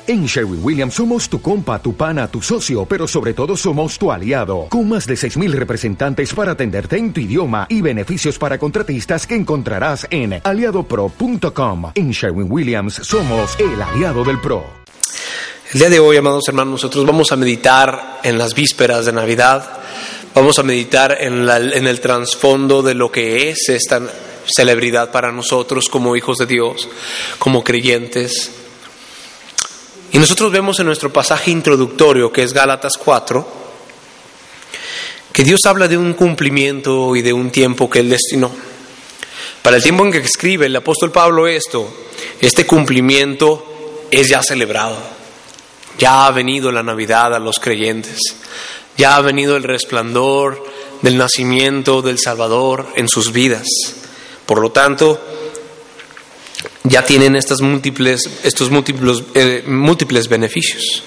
En Sherwin-Williams somos tu compa, tu pana, tu socio, pero sobre todo somos tu aliado. Con más de 6,000 representantes para atenderte en tu idioma y beneficios para contratistas que encontrarás en aliadopro.com. En Sherwin-Williams somos el aliado del pro. El día de hoy, amados hermanos, nosotros vamos a meditar en las vísperas de Navidad. Vamos a meditar en el trasfondo de lo que es esta celebridad para nosotros como hijos de Dios, como creyentes. Y nosotros vemos en nuestro pasaje introductorio, que es Gálatas 4, que Dios habla de un cumplimiento y de un tiempo que Él destinó. Para el tiempo en que escribe el apóstol Pablo este cumplimiento es ya celebrado. Ya ha venido la Navidad a los creyentes. Ya ha venido el resplandor del nacimiento del Salvador en sus vidas. Por lo tanto, ya tienen estos múltiples beneficios.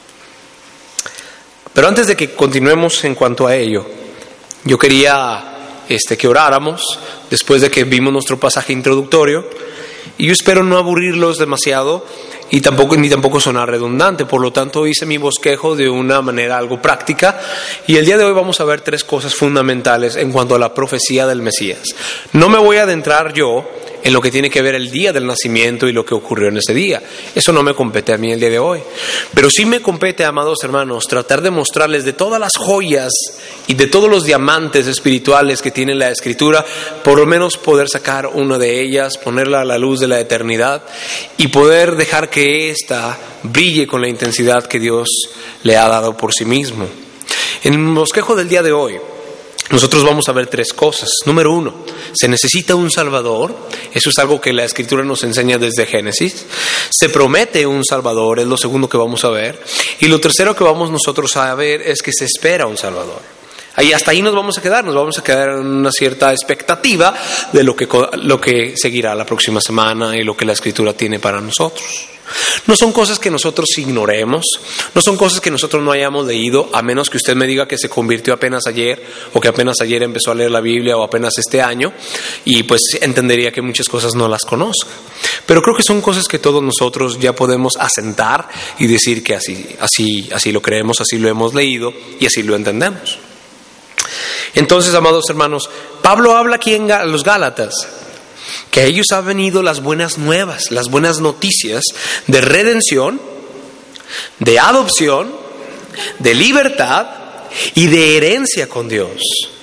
Pero antes de que continuemos en cuanto a ello, yo quería que oráramos después de que vimos nuestro pasaje introductorio, y yo espero no aburrirlos demasiado ni tampoco sonar redundante. Por lo tanto, hice mi bosquejo de una manera algo práctica, y el día de hoy vamos a ver 3 cosas fundamentales en cuanto a la profecía del Mesías. No me voy a adentrar yo en lo que tiene que ver el día del nacimiento y lo que ocurrió en ese día. Eso no me compete a mí el día de hoy. Pero sí me compete, amados hermanos, tratar de mostrarles de todas las joyas y de todos los diamantes espirituales que tiene la Escritura, por lo menos poder sacar una de ellas, ponerla a la luz de la eternidad y poder dejar que ésta brille con la intensidad que Dios le ha dado por sí mismo. En el bosquejo del día de hoy, nosotros vamos a ver 3 cosas. Número 1, se necesita un Salvador. Eso es algo que la Escritura nos enseña desde Génesis. Se promete un Salvador, es lo segundo que vamos a ver. Y lo tercero que vamos nosotros a ver es que se espera un Salvador. Hasta ahí nos vamos a quedar en una cierta expectativa de lo que seguirá la próxima semana y lo que la Escritura tiene para nosotros. No son cosas que nosotros ignoremos, no son cosas que nosotros no hayamos leído, a menos que usted me diga que se convirtió apenas ayer, o que apenas ayer empezó a leer la Biblia, o apenas este año, y pues entendería que muchas cosas no las conozca. Pero creo que son cosas que todos nosotros ya podemos asentar y decir que así lo creemos, así lo hemos leído y así lo entendemos. Entonces, amados hermanos, Pablo habla aquí en los Gálatas que a ellos han venido las buenas nuevas, las buenas noticias de redención, de adopción, de libertad y de herencia con Dios.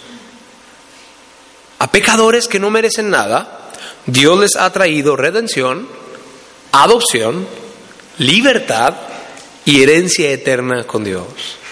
A pecadores que no merecen nada, Dios les ha traído redención, adopción, libertad y herencia eterna con Dios.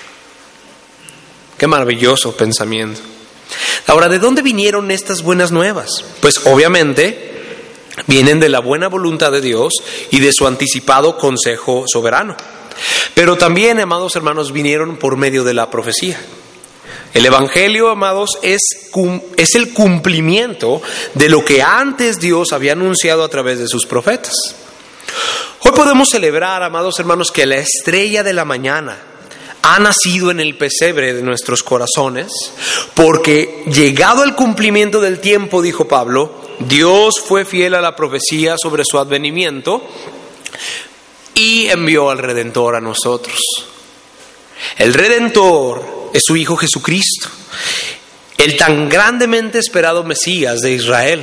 Qué maravilloso pensamiento. Ahora, ¿de dónde vinieron estas buenas nuevas? Pues obviamente vienen de la buena voluntad de Dios y de su anticipado consejo soberano. Pero también, amados hermanos, vinieron por medio de la profecía. El Evangelio, amados, es el cumplimiento de lo que antes Dios había anunciado a través de sus profetas. Hoy podemos celebrar, amados hermanos, que la estrella de la mañana ha nacido en el pesebre de nuestros corazones, porque llegado el cumplimiento del tiempo, dijo Pablo, Dios fue fiel a la profecía sobre su advenimiento y envió al Redentor a nosotros. El Redentor es su Hijo Jesucristo, el tan grandemente esperado Mesías de Israel,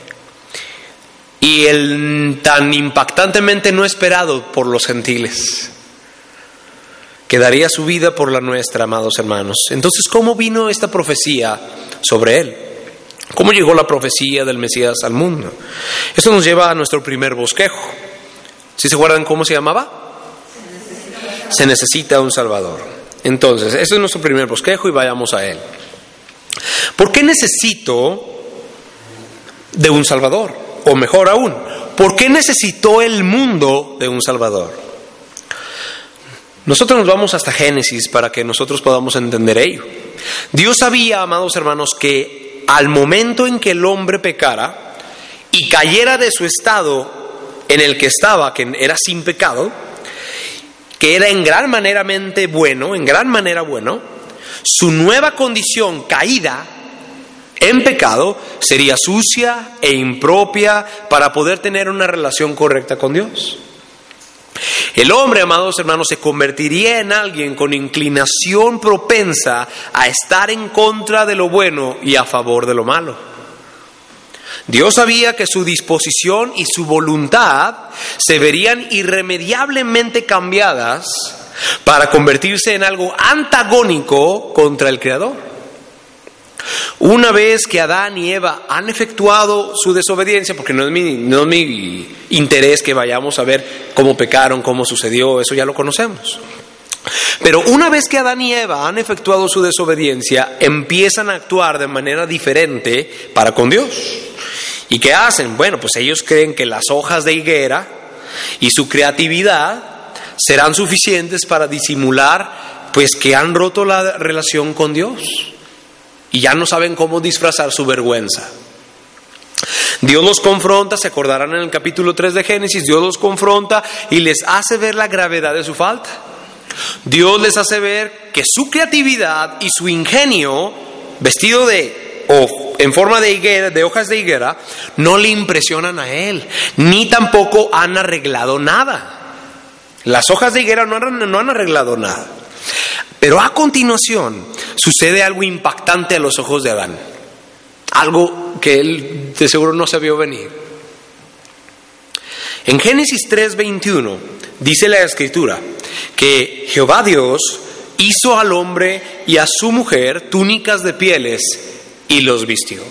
y el tan impactantemente no esperado por los gentiles, que daría su vida por la nuestra, amados hermanos. Entonces, ¿cómo vino esta profecía sobre él? ¿Cómo llegó la profecía del Mesías al mundo? Esto nos lleva a nuestro primer bosquejo. ¿Sí se acuerdan cómo se llamaba? Se necesita un Salvador. Entonces, este es nuestro primer bosquejo y vayamos a él. ¿Por qué necesito de un Salvador? O mejor aún, ¿por qué necesitó el mundo de un Salvador? Nosotros nos vamos hasta Génesis para que nosotros podamos entender ello. Dios sabía, amados hermanos, que al momento en que el hombre pecara y cayera de su estado en el que estaba, que era sin pecado, que era en gran manera bueno, su nueva condición caída en pecado sería sucia e impropia para poder tener una relación correcta con Dios. El hombre, amados hermanos, se convertiría en alguien con inclinación propensa a estar en contra de lo bueno y a favor de lo malo. Dios sabía que su disposición y su voluntad se verían irremediablemente cambiadas para convertirse en algo antagónico contra el Creador. Una vez que Adán y Eva han efectuado su desobediencia, porque no es mi interés que vayamos a ver cómo pecaron, cómo sucedió, eso ya lo conocemos. Pero una vez que Adán y Eva han efectuado su desobediencia, empiezan a actuar de manera diferente para con Dios. ¿Y qué hacen? Bueno, pues ellos creen que las hojas de higuera y su creatividad serán suficientes para disimular pues que han roto la relación con Dios. Y ya no saben cómo disfrazar su vergüenza. Dios los confronta, se acordarán en el capítulo 3 de Génesis, Dios los confronta y les hace ver la gravedad de su falta. Dios les hace ver que su creatividad y su ingenio, vestido en forma de higuera, de hojas de higuera, no le impresionan a Él, ni tampoco han arreglado nada. Las hojas de higuera no han arreglado nada. Pero a continuación sucede algo impactante a los ojos de Adán. Algo que él de seguro no se vio venir. En Génesis 3:21 dice la Escritura que Jehová Dios hizo al hombre y a su mujer túnicas de pieles y los vistió.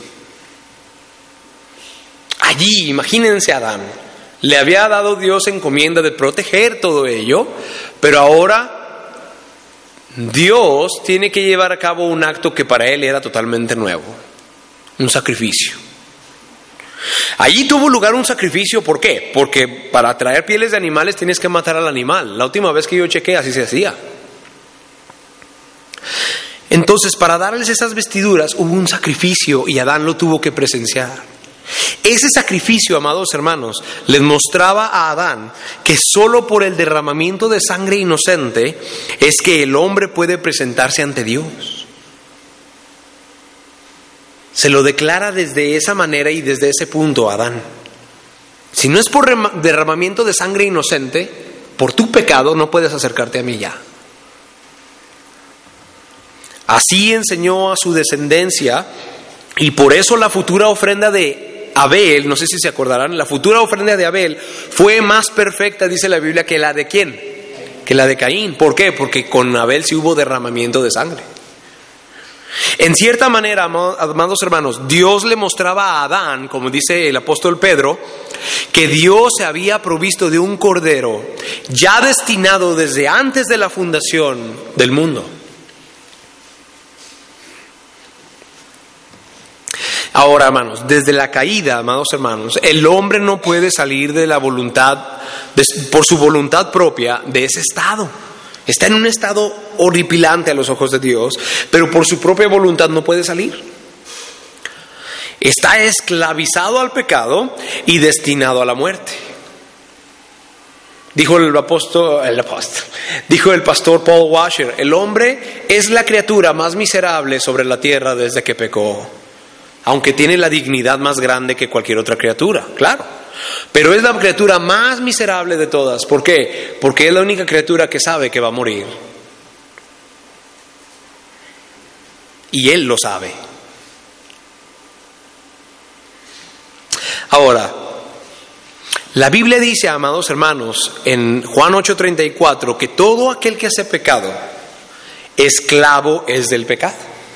Allí, imagínense a Adán. Le había dado Dios encomienda de proteger todo ello, pero ahora Dios tiene que llevar a cabo un acto que para él era totalmente nuevo, un sacrificio. Allí tuvo lugar un sacrificio, ¿por qué? Porque para traer pieles de animales tienes que matar al animal. La última vez que yo chequé así se hacía. Entonces, para darles esas vestiduras hubo un sacrificio y Adán lo tuvo que presenciar. Ese sacrificio, amados hermanos, les mostraba a Adán que solo por el derramamiento de sangre inocente es que el hombre puede presentarse ante Dios. Se lo declara desde esa manera y desde ese punto a Adán. Si no es por derramamiento de sangre inocente, por tu pecado no puedes acercarte a mí ya. Así enseñó a su descendencia y por eso la futura ofrenda de Abel, no sé si se acordarán, la futura ofrenda de Abel fue más perfecta, dice la Biblia, que la de ¿quién? Que la de Caín. ¿Por qué? Porque con Abel sí hubo derramamiento de sangre. En cierta manera, amados hermanos, Dios le mostraba a Adán, como dice el apóstol Pedro, que Dios se había provisto de un cordero ya destinado desde antes de la fundación del mundo. Ahora, hermanos, desde la caída, amados hermanos, el hombre no puede salir de la voluntad, por su voluntad propia, de ese estado. Está en un estado horripilante a los ojos de Dios, pero por su propia voluntad no puede salir. Está esclavizado al pecado y destinado a la muerte. Dijo el pastor Paul Washer, el hombre es la criatura más miserable sobre la tierra desde que pecó. Aunque tiene la dignidad más grande que cualquier otra criatura, claro. Pero es la criatura más miserable de todas. ¿Por qué? Porque es la única criatura que sabe que va a morir. Y él lo sabe. Ahora, la Biblia dice, amados hermanos, en Juan 8:34, que todo aquel que hace pecado, esclavo es del pecado.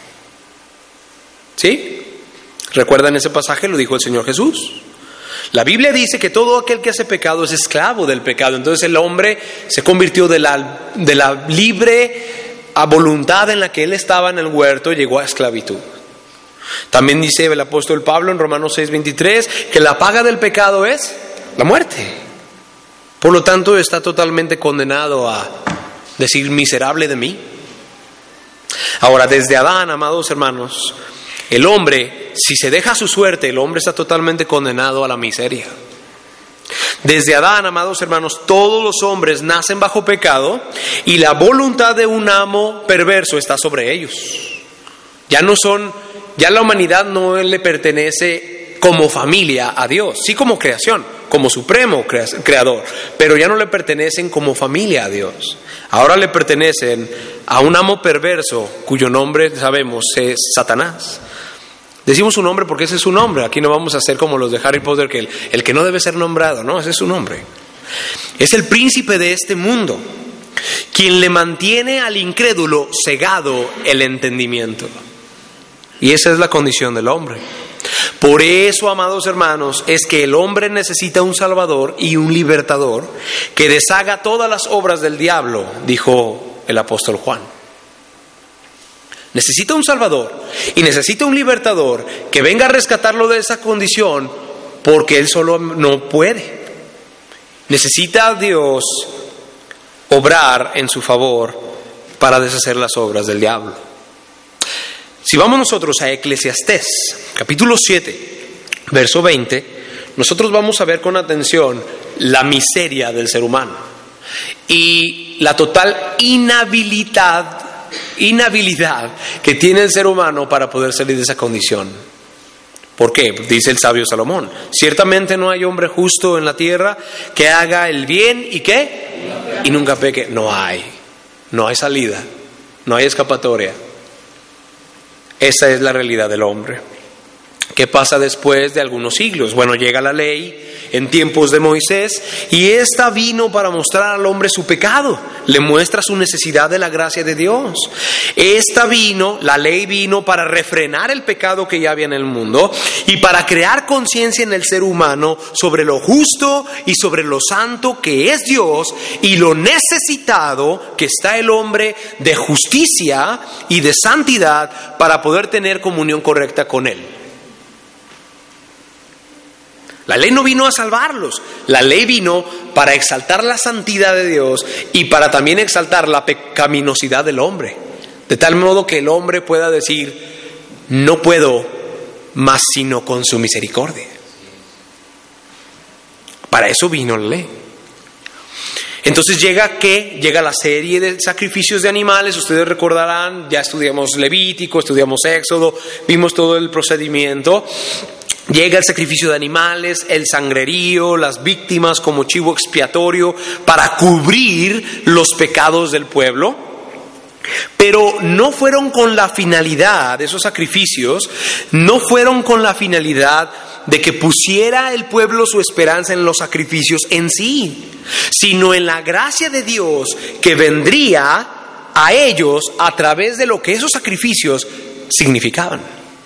¿Sí? ¿Recuerdan ese pasaje? Lo dijo el Señor Jesús. La Biblia dice que todo aquel que hace pecado es esclavo del pecado. Entonces el hombre se convirtió de la libre a voluntad en la que él estaba en el huerto, llegó a esclavitud. También dice el apóstol Pablo en Romanos 6:23 que la paga del pecado es la muerte. Por lo tanto está totalmente condenado a decir miserable de mí. Ahora, desde Adán, amados hermanos, el hombre, si se deja a su suerte, el hombre está totalmente condenado a la miseria. Desde Adán, amados hermanos, todos los hombres nacen bajo pecado y la voluntad de un amo perverso está sobre ellos. Ya la humanidad no le pertenece como familia a Dios, sí como creación, como supremo creador, pero ya no le pertenecen como familia a Dios. Ahora le pertenecen a un amo perverso cuyo nombre sabemos es Satanás. Decimos su nombre porque ese es su nombre. Aquí no vamos a hacer como los de Harry Potter, que el que no debe ser nombrado, no, ese es su nombre. Es el príncipe de este mundo, quien le mantiene al incrédulo cegado el entendimiento. Y esa es la condición del hombre. Por eso, amados hermanos, es que el hombre necesita un Salvador y un libertador que deshaga todas las obras del diablo, dijo el apóstol Juan. Necesita un Salvador y necesita un libertador que venga a rescatarlo de esa condición, porque él solo no puede. Necesita a Dios obrar en su favor para deshacer las obras del diablo. Si vamos nosotros a Eclesiastés, capítulo 7, verso 20, nosotros vamos a ver con atención la miseria del ser humano y la total inhabilidad que tiene el ser humano para poder salir de esa condición. ¿Por qué? Dice el sabio Salomón: ciertamente no hay hombre justo en la tierra que haga el bien y ¿qué? Y nunca peque. No hay salida, no hay escapatoria. Esa es la realidad del hombre. ¿Qué pasa después de algunos siglos? Bueno, llega la ley en tiempos de Moisés y esta vino para mostrar al hombre su pecado, le muestra su necesidad de la gracia de Dios. La ley vino para refrenar el pecado que ya había en el mundo y para crear conciencia en el ser humano sobre lo justo y sobre lo santo que es Dios y lo necesitado que está el hombre de justicia y de santidad para poder tener comunión correcta con Él. La ley no vino a salvarlos, la ley vino para exaltar la santidad de Dios y para también exaltar la pecaminosidad del hombre, de tal modo que el hombre pueda decir: no puedo más sino con su misericordia. Para eso vino la ley. Entonces llega la serie de sacrificios de animales. Ustedes recordarán, ya estudiamos Levítico, estudiamos Éxodo, vimos todo el procedimiento. Llega el sacrificio de animales, el sangrerío, las víctimas como chivo expiatorio para cubrir los pecados del pueblo. Pero no fueron con la finalidad, esos sacrificios, no fueron con la finalidad de que pusiera el pueblo su esperanza en los sacrificios en sí, sino en la gracia de Dios que vendría a ellos a través de lo que esos sacrificios significaban.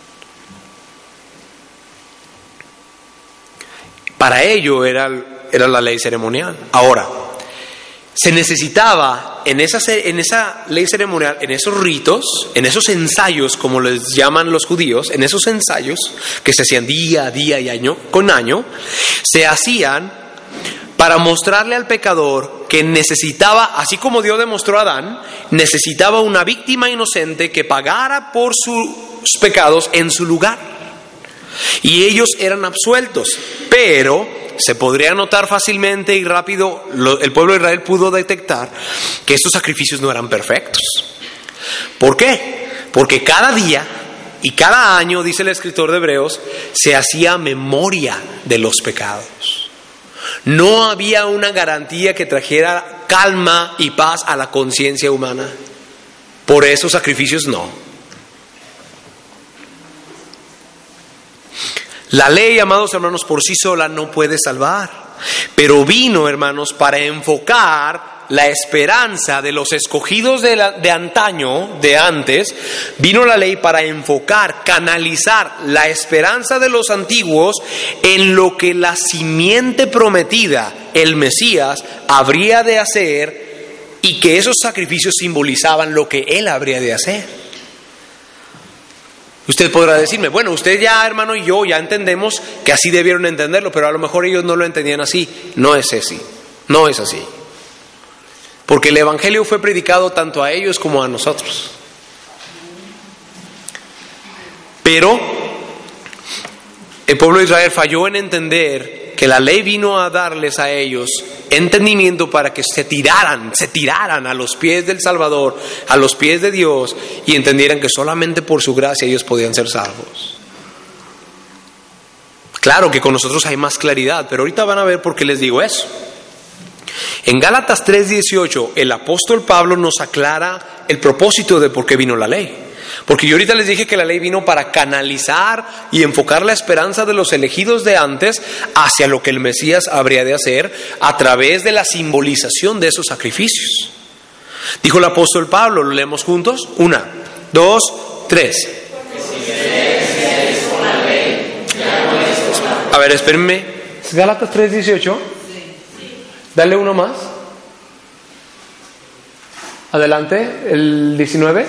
Para ello era la ley ceremonial. Ahora, se necesitaba en esa ley ceremonial, en esos ritos, en esos ensayos, como les llaman los judíos, en esos ensayos que se hacían día a día y año con año, se hacían para mostrarle al pecador que necesitaba, así como Dios demostró a Adán, necesitaba una víctima inocente que pagara por sus pecados en su lugar. Y ellos eran absueltos, pero se podría notar fácilmente y rápido, el pueblo de Israel pudo detectar que estos sacrificios no eran perfectos. ¿Por qué? Porque cada día y cada año, dice el escritor de Hebreos, se hacía memoria de los pecados. No había una garantía que trajera calma y paz a la conciencia humana. Por esos sacrificios no. La ley, amados hermanos, por sí sola no puede salvar, pero vino, hermanos, para enfocar la esperanza de los escogidos de antaño, de antes. Vino la ley para enfocar, canalizar la esperanza de los antiguos en lo que la simiente prometida, el Mesías, habría de hacer, y que esos sacrificios simbolizaban lo que Él habría de hacer. Usted podrá decirme: bueno, usted ya, hermano, y yo ya entendemos que así debieron entenderlo, pero a lo mejor ellos no lo entendían así. No es así, no es así. Porque el evangelio fue predicado tanto a ellos como a nosotros. Pero el pueblo de Israel falló en entender que la ley vino a darles a ellos entendimiento para que se tiraran a los pies del Salvador, a los pies de Dios, y entendieran que solamente por su gracia ellos podían ser salvos. Claro que con nosotros hay más claridad, pero ahorita van a ver por qué les digo eso. En Gálatas 3:18, el apóstol Pablo nos aclara el propósito de por qué vino la ley. Porque yo ahorita les dije que la ley vino para canalizar y enfocar la esperanza de los elegidos de antes hacia lo que el Mesías habría de hacer a través de la simbolización de esos sacrificios. Dijo el apóstol Pablo, ¿lo leemos juntos? 1, 2, 3. A ver, espérenme. ¿Es Gálatas 3:18? Dale uno más. Adelante, el 19.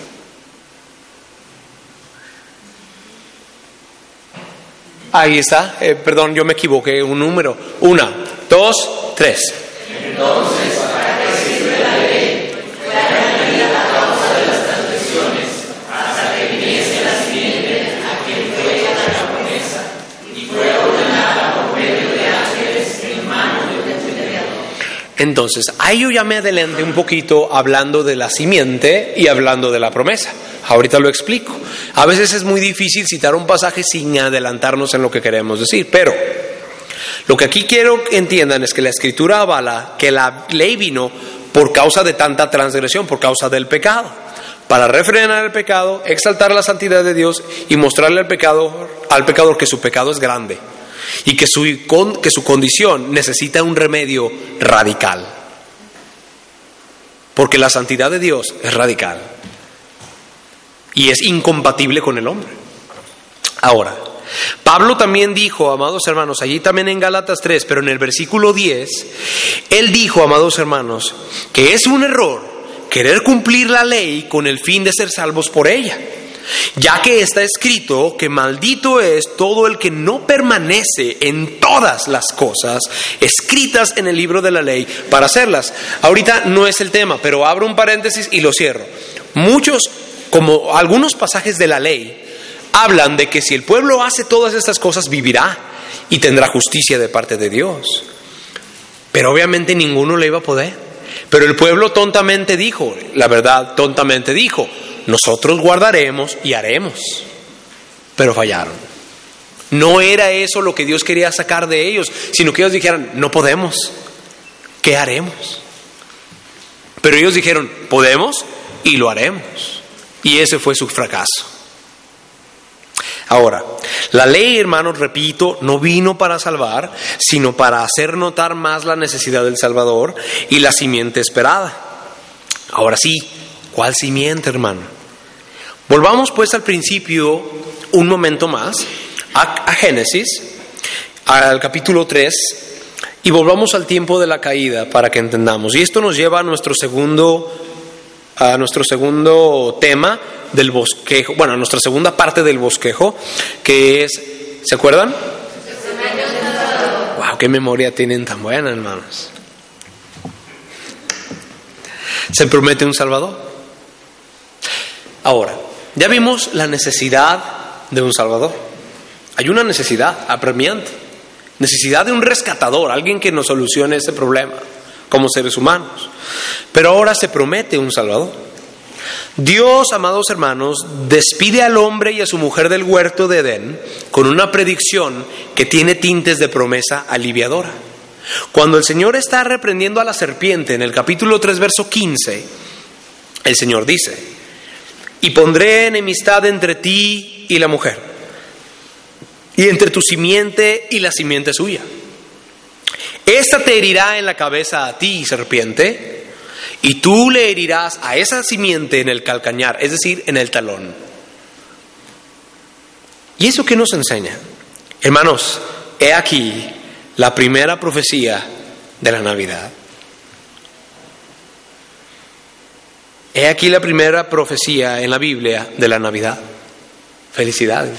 Ahí está, perdón, yo me equivoqué, un número. 1, 2, 3. Entonces, ¿para qué sirve la ley? Fue añadida a causa de las transgresiones, hasta que viniese la simiente a quien fue hecha la promesa, y fue ordenada por medio de ángeles en manos de un mediador. Entonces, ahí yo ya me adelanté un poquito hablando de la simiente y hablando de la promesa. Ahorita lo explico. A veces es muy difícil citar un pasaje sin adelantarnos en lo que queremos decir, pero lo que aquí quiero que entiendan es que la Escritura avala que la ley vino por causa de tanta transgresión, por causa del pecado, para refrenar el pecado, exaltar la santidad de Dios y mostrarle al pecador que su pecado es grande y que su condición necesita un remedio radical, porque la santidad de Dios es radical y es incompatible con el hombre. Ahora, Pablo también dijo, amados hermanos, allí también en Gálatas 3, pero en el versículo 10, él dijo, amados hermanos, que es un error querer cumplir la ley con el fin de ser salvos por ella, ya que está escrito que maldito es todo el que no permanece en todas las cosas escritas en el libro de la ley para hacerlas. Ahorita no es el tema, pero abro un paréntesis y lo cierro. Como algunos pasajes de la ley, hablan de que si el pueblo hace todas estas cosas vivirá y tendrá justicia de parte de Dios. Pero obviamente ninguno le iba a poder. Pero el pueblo tontamente dijo, nosotros guardaremos y haremos. Pero fallaron. No era eso lo que Dios quería sacar de ellos, sino que ellos dijeran, no podemos, ¿qué haremos? Pero ellos dijeron, podemos y lo haremos. Y ese fue su fracaso. Ahora, la ley, hermanos, repito, no vino para salvar, sino para hacer notar más la necesidad del Salvador y la simiente esperada. Ahora sí, ¿cuál simiente, hermano? Volvamos pues al principio un momento más, a Génesis, al capítulo 3, y volvamos al tiempo de la caída para que entendamos. Y esto nos lleva a nuestro segundo tema del bosquejo, a nuestra segunda parte del bosquejo, que es, ¿se acuerdan? ¡Wow! ¡Qué memoria tienen tan buena, hermanos! Se promete un Salvador. Ahora, ya vimos la necesidad de un Salvador. Hay una necesidad apremiante, necesidad de un rescatador, alguien que nos solucione este problema como seres humanos. Pero ahora se promete un Salvador. Dios, amados hermanos, despide al hombre y a su mujer del huerto de Edén con una predicción que tiene tintes de promesa aliviadora. Cuando el Señor está reprendiendo a la serpiente en el capítulo 3, verso 15, el Señor dice: y pondré enemistad entre ti y la mujer, y entre tu simiente y la simiente suya. Esta te herirá en la cabeza a ti, serpiente, y tú le herirás a esa simiente en el calcañar, es decir, en el talón. ¿Y eso qué nos enseña? Hermanos, he aquí la primera profecía de la Navidad. He aquí la primera profecía en la Biblia de la Navidad. Felicidades.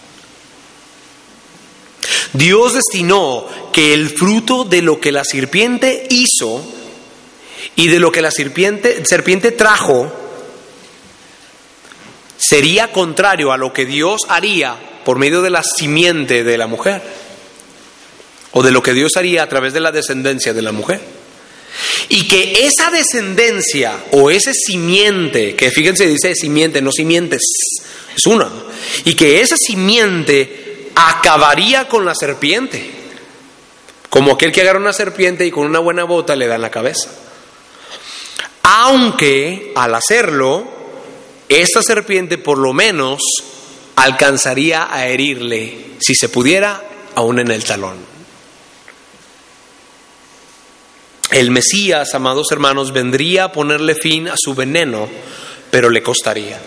Dios destinó que el fruto de lo que la serpiente hizo y de lo que la serpiente trajo sería contrario a lo que Dios haría por medio de la simiente de la mujer, o de lo que Dios haría a través de la descendencia de la mujer. Y que esa descendencia o ese simiente, que fíjense, dice simiente, no simientes, es una, y que esa simiente acabaría con la serpiente, como aquel que agarra una serpiente y con una buena bota le da en la cabeza. Aunque al hacerlo, esta serpiente por lo menos alcanzaría a herirle, si se pudiera, aún en el talón. El Mesías, amados hermanos, vendría a ponerle fin a su veneno, pero le costaría.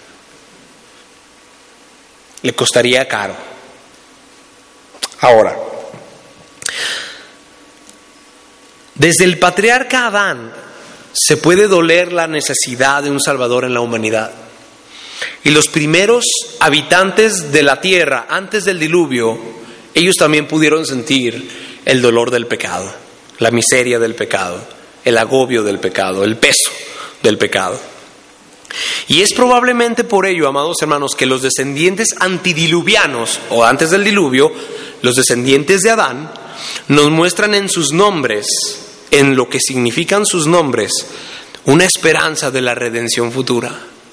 Le costaría caro. Ahora, desde el patriarca Adán se puede doler la necesidad de un Salvador en la humanidad. Y los primeros habitantes de la tierra antes del diluvio, ellos también pudieron sentir el dolor del pecado, la miseria del pecado, el agobio del pecado, el peso del pecado. Y es probablemente por ello, amados hermanos, que los descendientes antidiluvianos, o antes del diluvio, los descendientes de Adán, nos muestran en sus nombres, en lo que significan sus nombres, una esperanza de la redención futura.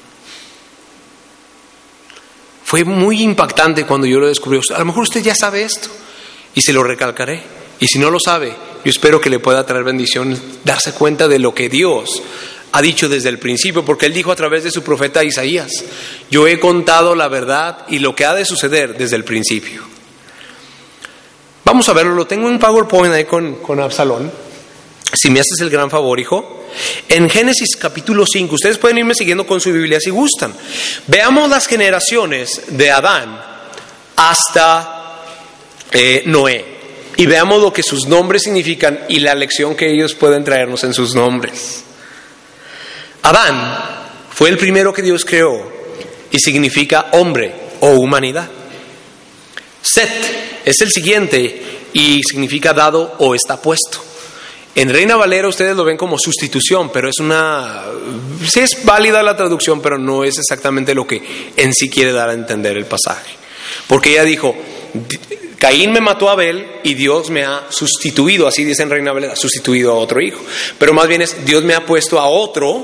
Fue muy impactante cuando yo lo descubrí. A lo mejor usted ya sabe esto y se lo recalcaré. Y si no lo sabe, yo espero que le pueda traer bendición, darse cuenta de lo que Dios ha dicho desde el principio, porque Él dijo a través de su profeta Isaías: yo he contado la verdad y lo que ha de suceder desde el principio. Vamos a verlo, lo tengo en PowerPoint ahí con Absalón. Si me haces el gran favor, hijo. En Génesis capítulo 5, ustedes pueden irme siguiendo con su Biblia si gustan. Veamos las generaciones de Adán hasta Noé. Y veamos lo que sus nombres significan y la lección que ellos pueden traernos en sus nombres. Adán fue el primero que Dios creó y significa hombre o humanidad. Set es el siguiente y significa dado o está puesto. En Reina Valera ustedes lo ven como sustitución, pero sí es válida la traducción, pero no es exactamente lo que en sí quiere dar a entender el pasaje. Porque ella dijo: Caín me mató a Abel y Dios me ha sustituido, así dice en Reina Valera, sustituido a otro hijo. Pero más bien es: Dios me ha puesto a otro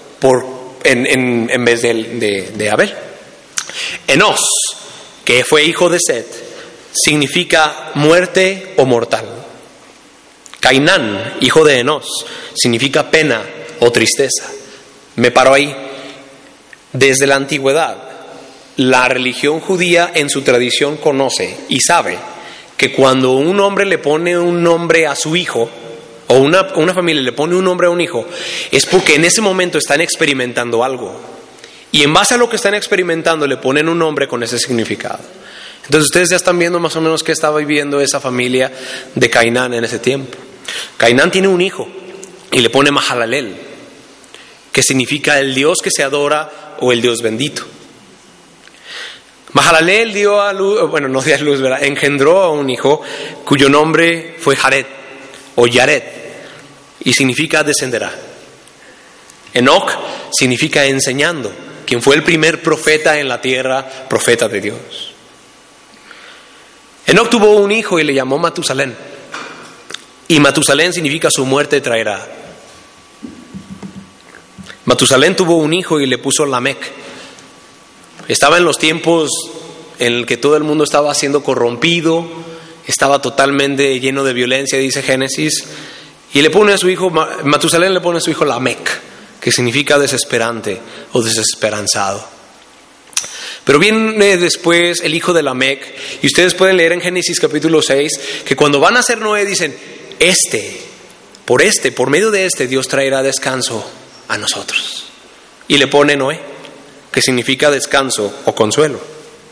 en vez de Abel. Enos, que fue hijo de Set, significa muerte o mortal. Cainán, hijo de Enos, significa pena o tristeza. Me paro ahí. Desde la antigüedad, la religión judía en su tradición conoce y sabe que cuando un hombre le pone un nombre a su hijo, o una familia le pone un nombre a un hijo, es porque en ese momento están experimentando algo. Y en base a lo que están experimentando le ponen un nombre con ese significado. Entonces ustedes ya están viendo más o menos qué estaba viviendo esa familia de Cainán en ese tiempo. Cainán tiene un hijo y le pone Mahalalel, que significa el Dios que se adora o el Dios bendito. Mahalalel dio a luz, no dio a luz, ¿verdad? Engendró a un hijo cuyo nombre fue Jared o Yared y significa descenderá. Enoc significa enseñando, quien fue el primer profeta en la tierra, profeta de Dios. Enoc tuvo un hijo y le llamó Matusalén. Y Matusalén significa su muerte traerá. Matusalén tuvo un hijo y le puso Lamec. Estaba en los tiempos en el que todo el mundo estaba siendo corrompido, estaba totalmente lleno de violencia, dice Génesis, y le pone a su hijo, Matusalén le pone a su hijo Lamec, que significa desesperante o desesperanzado. Pero viene después el hijo de Lamec, y ustedes pueden leer en Génesis capítulo 6, que cuando van a hacer Noé dicen: por medio de Dios traerá descanso a nosotros. Y le pone Noé, que significa descanso o consuelo.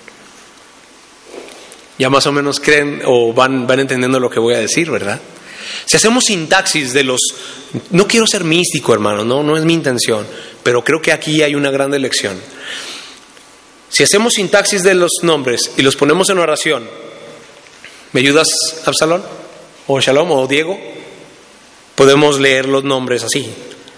Ya más o menos creen o van entendiendo lo que voy a decir, ¿verdad? Si hacemos sintaxis de los... No quiero ser místico, hermano, no es mi intención, pero creo que aquí hay una gran lección. Si hacemos sintaxis de los nombres y los ponemos en oración, ¿me ayudas, Absalón? ¿O Shalom? ¿O Diego? Podemos leer los nombres así.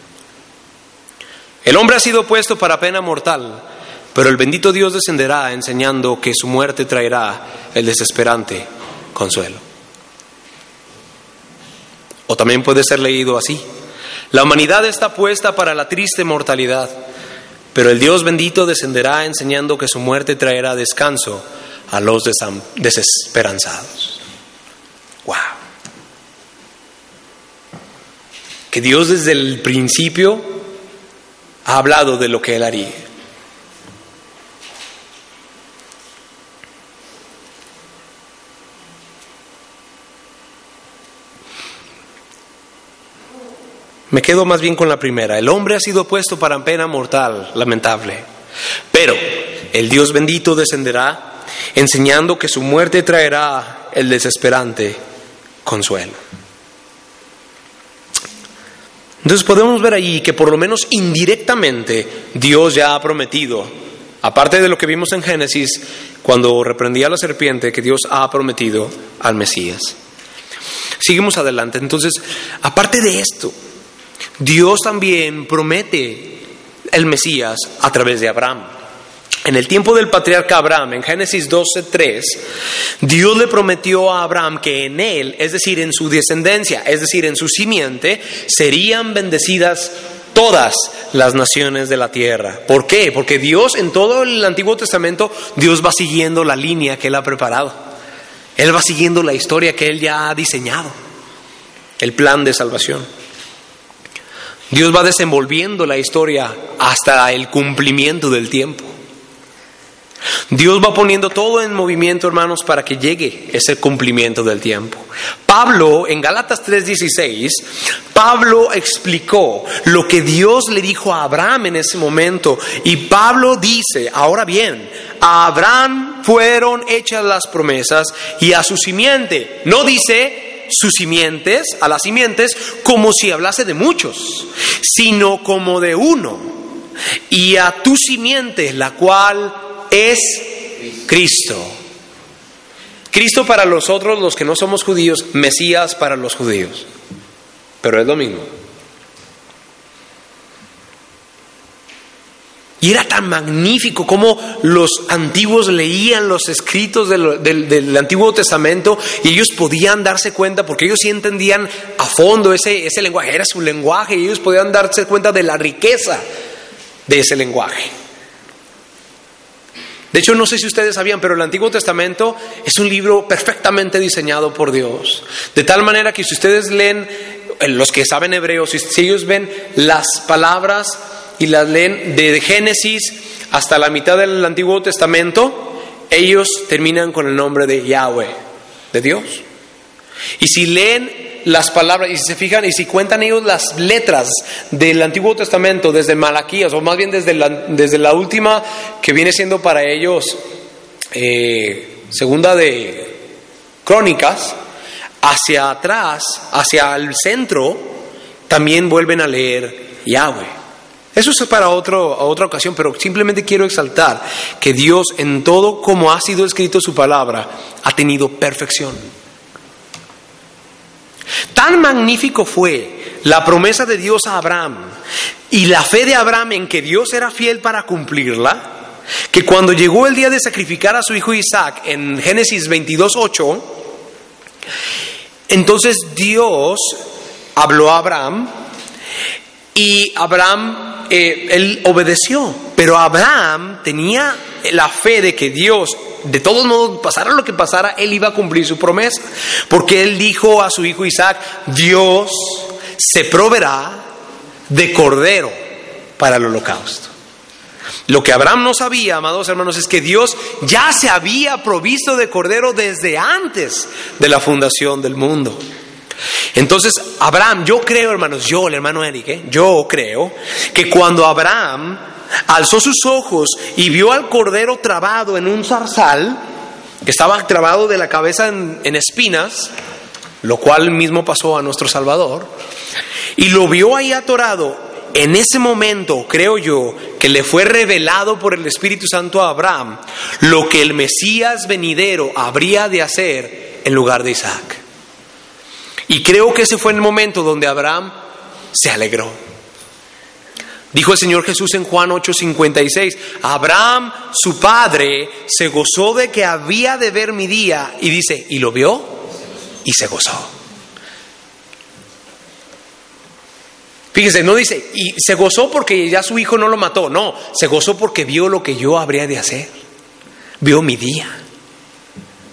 El hombre ha sido puesto para pena mortal, pero el bendito Dios descenderá enseñando que su muerte traerá el desesperante consuelo. O también puede ser leído así: la humanidad está puesta para la triste mortalidad, pero el Dios bendito descenderá enseñando que su muerte traerá descanso a los desesperanzados. ¡Wow! Que Dios desde el principio ha hablado de lo que Él haría. Me quedo más bien con la primera. El hombre ha sido puesto para pena mortal, lamentable. Pero el Dios bendito descenderá, enseñando que su muerte traerá el desesperante consuelo. Entonces podemos ver ahí que por lo menos indirectamente Dios ya ha prometido, aparte de lo que vimos en Génesis, cuando reprendía a la serpiente, que Dios ha prometido al Mesías. Seguimos adelante. Entonces, aparte de esto, Dios también promete el Mesías a través de Abraham. En el tiempo del patriarca Abraham, en Génesis 12:3, Dios le prometió a Abraham que en él, es decir, en su descendencia, es decir, en su simiente, serían bendecidas todas las naciones de la tierra. ¿Por qué? Porque Dios, en todo el Antiguo Testamento, Dios va siguiendo la línea que Él ha preparado. Él va siguiendo la historia que Él ya ha diseñado, el plan de salvación. Dios va desenvolviendo la historia hasta el cumplimiento del tiempo. Dios va poniendo todo en movimiento, hermanos, para que llegue ese cumplimiento del tiempo. Pablo, en Gálatas 3:16, Pablo explicó lo que Dios le dijo a Abraham en ese momento. Y Pablo dice, ahora bien, a Abraham fueron hechas las promesas y a su simiente. No dice sus simientes, a las simientes, como si hablase de muchos, sino como de uno. Y a tu simiente, la cual es Cristo. Cristo para nosotros, los que no somos judíos, Mesías para los judíos. Pero es lo mismo. Y era tan magnífico como los antiguos leían los escritos del Antiguo Testamento y ellos podían darse cuenta, porque ellos sí entendían a fondo ese lenguaje, era su lenguaje, y ellos podían darse cuenta de la riqueza de ese lenguaje. De hecho, no sé si ustedes sabían, pero el Antiguo Testamento es un libro perfectamente diseñado por Dios. De tal manera que si ustedes leen, los que saben hebreo, si ellos ven las palabras y las leen de Génesis hasta la mitad del Antiguo Testamento, ellos terminan con el nombre de Yahweh, de Dios. Y si leen las palabras, y si se fijan, y si cuentan ellos las letras del Antiguo Testamento desde Malaquías, o más bien desde la última que viene siendo para ellos segunda de Crónicas, hacia atrás, hacia el centro, también vuelven a leer Yahweh. Eso es para otra ocasión, pero simplemente quiero exaltar que Dios, en todo como ha sido escrito su palabra, ha tenido perfección. Tan magnífico fue la promesa de Dios a Abraham y la fe de Abraham en que Dios era fiel para cumplirla, que cuando llegó el día de sacrificar a su hijo Isaac en Génesis 22:8, entonces Dios habló a Abraham y Abraham él obedeció, pero Abraham tenía la fe de que Dios, de todos modos, pasara lo que pasara, él iba a cumplir su promesa, porque él dijo a su hijo Isaac: Dios se proveerá de cordero para el holocausto. Lo que Abraham no sabía, amados hermanos, es que Dios ya se había provisto de cordero desde antes de la fundación del mundo. Entonces Abraham, yo creo, hermanos, el hermano Eric, yo creo que cuando Abraham alzó sus ojos y vio al cordero trabado en un zarzal, que estaba trabado de la cabeza en espinas, lo cual mismo pasó a nuestro Salvador, y lo vio ahí atorado, en ese momento, creo yo, que le fue revelado por el Espíritu Santo a Abraham lo que el Mesías venidero habría de hacer en lugar de Isaac. Y creo que ese fue el momento donde Abraham se alegró. Dijo el Señor Jesús en Juan 8:56, Abraham, su padre, se gozó de que había de ver mi día. Y dice, y lo vio y se gozó. Fíjese, no dice, y se gozó porque ya su hijo no lo mató. No, se gozó porque vio lo que yo habría de hacer. Vio mi día.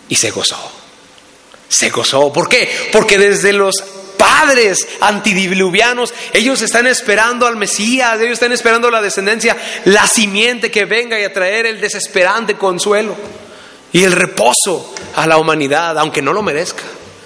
y se gozó. Se gozó. ¿Por qué? Porque desde los padres antediluvianos, ellos están esperando al Mesías, ellos están esperando la descendencia, la simiente que venga y a traer el desesperante consuelo y el reposo a la humanidad, aunque no lo merezca.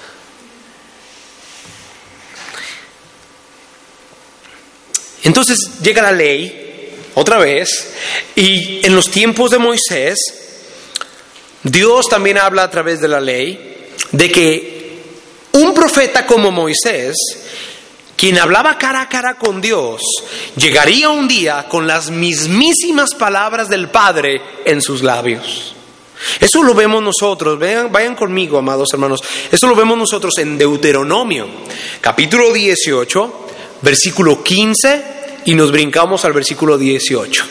Entonces llega la ley otra vez, y en los tiempos de Moisés, Dios también habla a través de la ley de que un profeta como Moisés, quien hablaba cara a cara con Dios, llegaría un día con las mismísimas palabras del Padre en sus labios. Eso lo vemos nosotros, vayan conmigo, amados hermanos, eso lo vemos nosotros en Deuteronomio, capítulo 18, versículo 15, y nos brincamos al versículo 18.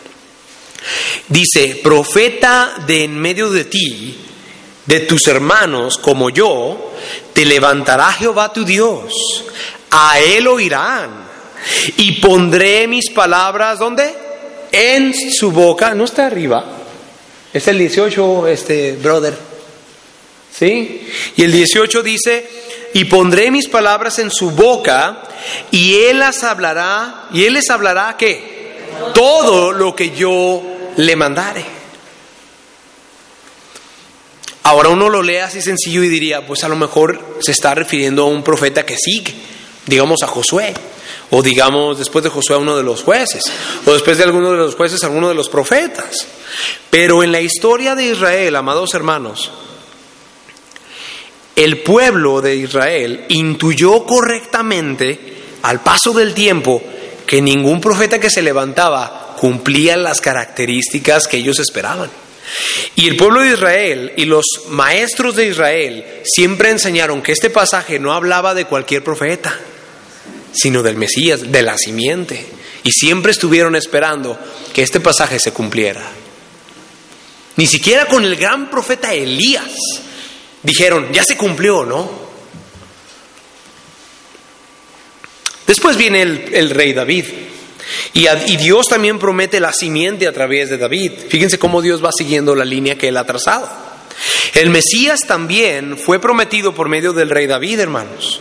Dice: profeta de en medio de ti, de tus hermanos como yo, te levantará Jehová tu Dios, a él oirán, y pondré mis palabras, ¿dónde? En su boca. No está arriba, es el 18, brother, ¿sí? Y el 18 dice: y pondré mis palabras en su boca, y él les hablará, ¿qué? Todo lo que yo le mandare. Ahora uno lo lee así sencillo y diría, pues a lo mejor se está refiriendo a un profeta que sigue, digamos a Josué, o digamos después de Josué a uno de los jueces, o después de alguno de los jueces a alguno de los profetas. Pero en la historia de Israel, amados hermanos, el pueblo de Israel intuyó correctamente al paso del tiempo que ningún profeta que se levantaba cumplía las características que ellos esperaban. Y el pueblo de Israel y los maestros de Israel siempre enseñaron que este pasaje no hablaba de cualquier profeta, sino del Mesías, de la simiente. Y siempre estuvieron esperando que este pasaje se cumpliera. Ni siquiera con el gran profeta Elías dijeron, ya se cumplió, ¿no? Después viene el rey David. Y Dios también promete la simiente a través de David. Fíjense cómo Dios va siguiendo la línea que él ha trazado. El Mesías también fue prometido por medio del rey David, hermanos.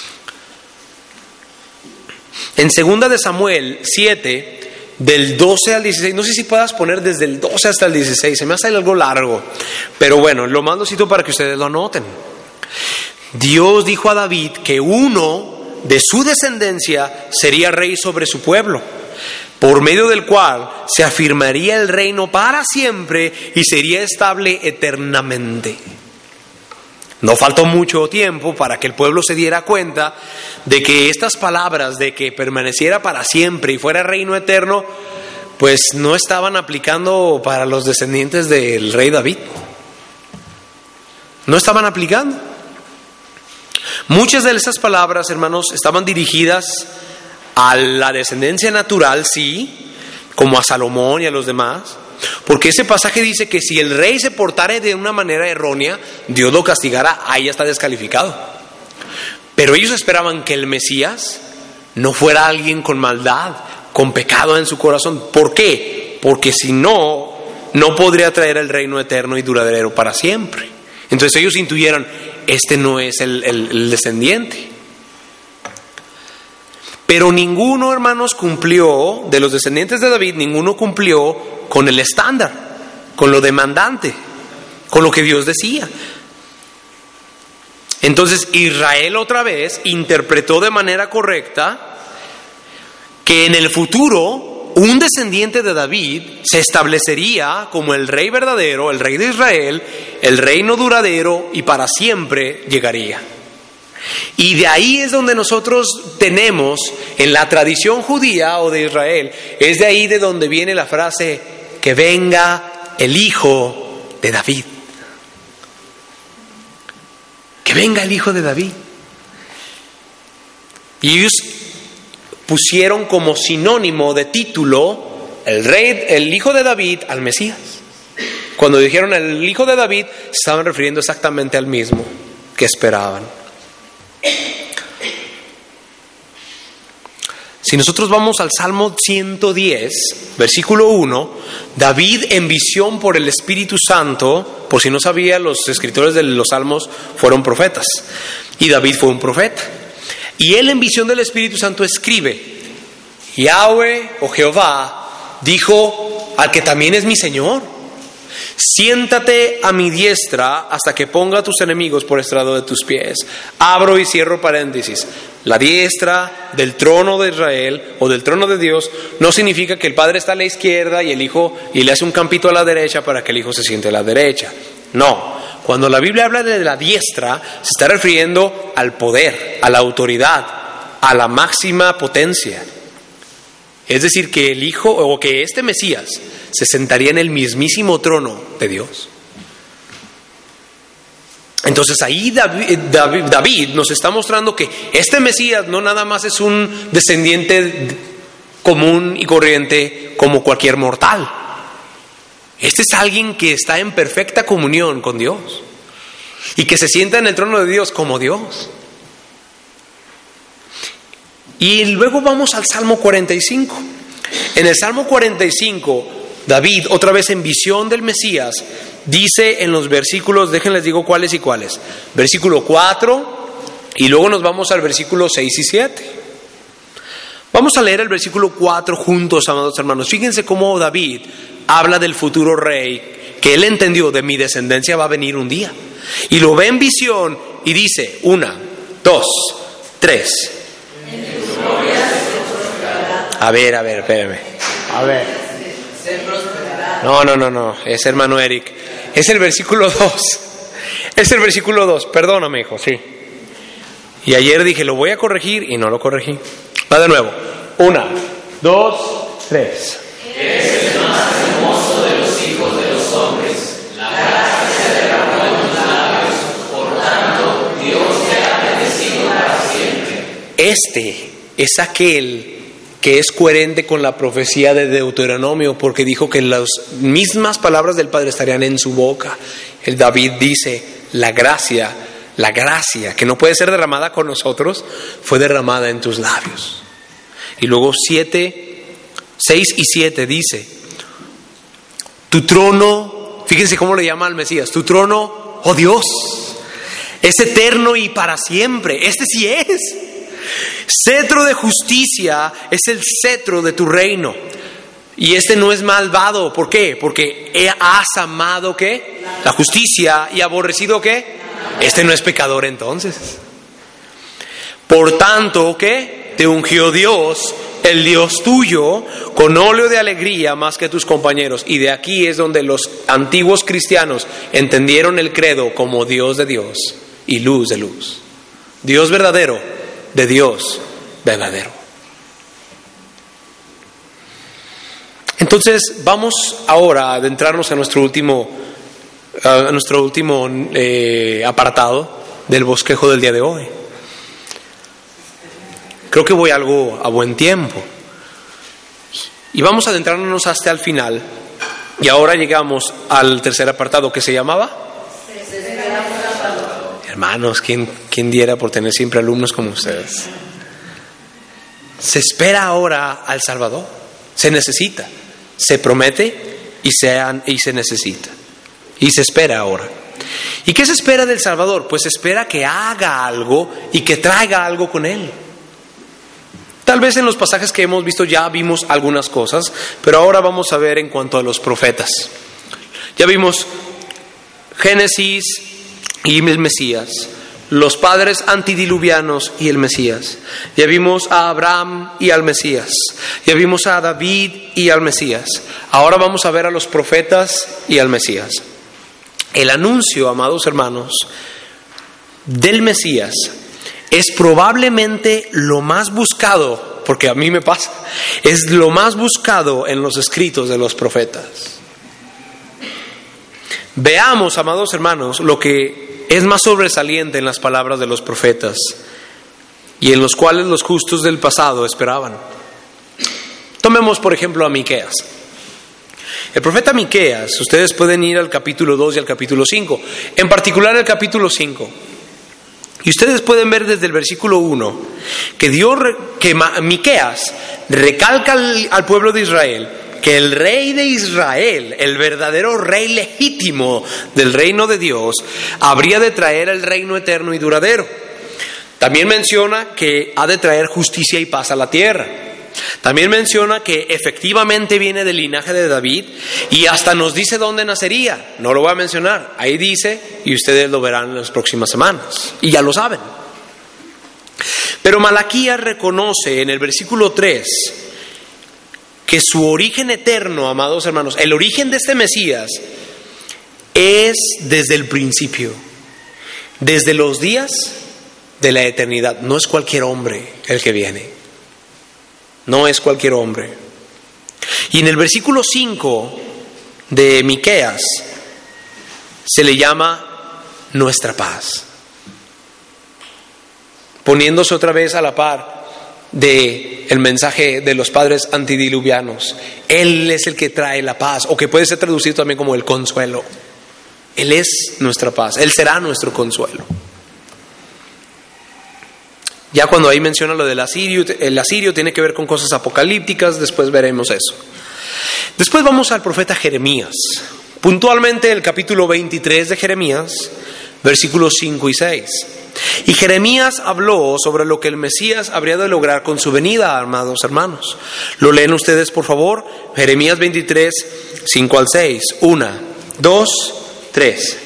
En 2 de Samuel 7, del 12 al 16, no sé si puedas poner desde el 12 hasta el 16, se me hace algo largo, pero bueno, lo mando cito para que ustedes lo anoten. Dios dijo a David que uno de su descendencia sería rey sobre su pueblo, por medio del cual se afirmaría el reino para siempre y sería estable eternamente. No faltó mucho tiempo para que el pueblo se diera cuenta de que estas palabras de que permaneciera para siempre y fuera reino eterno, pues no estaban aplicando para los descendientes del rey David. No estaban aplicando. Muchas de esas palabras, hermanos, estaban dirigidas a la descendencia natural, sí, como a Salomón y a los demás, porque ese pasaje dice que si el rey se portara de una manera errónea, Dios lo castigará, ahí ya está descalificado. Pero ellos esperaban que el Mesías no fuera alguien con maldad, con pecado en su corazón. ¿Por qué? Porque si no, no podría traer el reino eterno y duradero para siempre. Entonces ellos intuyeron, este no es el descendiente. Pero ninguno, hermanos, cumplió, de los descendientes de David, ninguno cumplió con el estándar, con lo demandante, con lo que Dios decía. Entonces Israel otra vez interpretó de manera correcta que en el futuro un descendiente de David se establecería como el rey verdadero, el rey de Israel, el reino duradero y para siempre llegaría. Y de ahí es donde nosotros tenemos, en la tradición judía o de Israel, es de ahí de donde viene la frase, que venga el hijo de David. Que venga el hijo de David. Y ellos pusieron como sinónimo de título el hijo de David al Mesías. Cuando dijeron el hijo de David, se estaban refiriendo exactamente al mismo que esperaban. Si nosotros vamos al Salmo 110, versículo 1, David en visión por el Espíritu Santo, por si no sabía, los escritores de los Salmos fueron profetas, y David fue un profeta. Y él en visión del Espíritu Santo escribe: Yahweh o Jehová dijo al que también es mi Señor: siéntate a mi diestra hasta que ponga a tus enemigos por estrado de tus pies. Abro y cierro paréntesis. La diestra del trono de Israel o del trono de Dios no significa que el Padre está a la izquierda y el Hijo y le hace un campito a la derecha para que el Hijo se siente a la derecha. No, cuando la Biblia habla de la diestra se está refiriendo al poder, a la autoridad, a la máxima potencia. Es decir, que el Hijo o que este Mesías se sentaría en el mismísimo trono de Dios. Entonces ahí David nos está mostrando que este Mesías no nada más es un descendiente común y corriente como cualquier mortal. Este es alguien que está en perfecta comunión con Dios y que se sienta en el trono de Dios como Dios. Y luego vamos al Salmo 45. En el Salmo 45, David, otra vez en visión del Mesías, dice en los versículos, déjenles digo cuáles y cuáles. Versículo 4 y luego nos vamos al versículo 6 y 7. Vamos a leer el versículo 4 juntos, amados hermanos. Fíjense cómo David habla del futuro rey, que él entendió: de mi descendencia va a venir un día. Y lo ve en visión y dice: 1, 2, 3. A ver, espérame. A ver. No, es hermano Eric. Es el versículo 2. Es el versículo 2. Perdóname, hijo, sí. Y ayer dije, lo voy a corregir y no lo corregí. Va de nuevo. 1, 2, 3. Es el más hermoso de los hijos de los hombres. La gracia se derramó en tus labios. Por tanto, Dios te ha bendecido para siempre. Este es aquel que es coherente con la profecía de Deuteronomio, porque dijo que las mismas palabras del Padre estarían en su boca. El David dice: la gracia que no puede ser derramada con nosotros, fue derramada en tus labios. Y luego 6 y 7 dice: tu trono, fíjense cómo le llama al Mesías, tu trono, oh Dios, es eterno y para siempre. Este sí es. Cetro de justicia es el cetro de tu reino. Y este no es malvado. ¿Por qué? Porque has amado ¿qué? La justicia y aborrecido ¿qué? Este no es pecador entonces. Por tanto, ¿qué? Te ungió Dios, el Dios tuyo, con óleo de alegría más que tus compañeros. Y de aquí es donde los antiguos cristianos entendieron el credo como Dios de Dios y luz de luz. Dios verdadero de Dios verdadero. Entonces vamos ahora a adentrarnos a nuestro último apartado del bosquejo del día de hoy. Creo que voy algo a buen tiempo y vamos a adentrarnos hasta el final. Y ahora llegamos al tercer apartado, que se llamaba hermanos, ¿quién diera por tener siempre alumnos como ustedes? Se espera ahora al Salvador. Se necesita, se promete y se necesita. Y se espera ahora. ¿Y qué se espera del Salvador? Pues se espera que haga algo y que traiga algo con él. Tal vez en los pasajes que hemos visto ya vimos algunas cosas, pero ahora vamos a ver en cuanto a los profetas. Ya vimos Génesis y el Mesías, los padres antidiluvianos y el Mesías. Ya vimos a Abraham y al Mesías. Ya vimos a David y al Mesías. Ahora vamos a ver a los profetas y al Mesías. El anuncio, amados hermanos, del Mesías es probablemente lo más buscado, porque a mí me pasa, es lo más buscado en los escritos de los profetas. Veamos, amados hermanos, lo que es más sobresaliente en las palabras de los profetas y en los cuales los justos del pasado esperaban. Tomemos por ejemplo a Miqueas. El profeta Miqueas, ustedes pueden ir al capítulo 2 y al capítulo 5, en particular el capítulo 5. Y ustedes pueden ver desde el versículo 1 que Miqueas recalca al pueblo de Israel que el rey de Israel, el verdadero rey legítimo del reino de Dios, habría de traer el reino eterno y duradero. También menciona que ha de traer justicia y paz a la tierra. También menciona que efectivamente viene del linaje de David y hasta nos dice dónde nacería. No lo voy a mencionar, ahí dice, y ustedes lo verán en las próximas semanas, y ya lo saben. Pero Malaquías reconoce en el versículo 3 que su origen eterno, amados hermanos, el origen de este Mesías es desde el principio, desde los días de la eternidad. No es cualquier hombre el que viene, no es cualquier hombre. Y en el versículo 5 de Miqueas se le llama nuestra paz, poniéndose otra vez a la par de el mensaje de los padres antidiluvianos. Él es el que trae la paz, o que puede ser traducido también como el consuelo. Él es nuestra paz, Él será nuestro consuelo. Ya cuando ahí menciona lo del asirio, el asirio tiene que ver con cosas apocalípticas, después veremos eso. Después vamos al profeta Jeremías, puntualmente el capítulo 23 de Jeremías, versículos 5 y 6. Y Jeremías habló sobre lo que el Mesías habría de lograr con su venida, amados hermanos. Lo leen ustedes, por favor. Jeremías 23, 5 al 6. 1, 2, 3.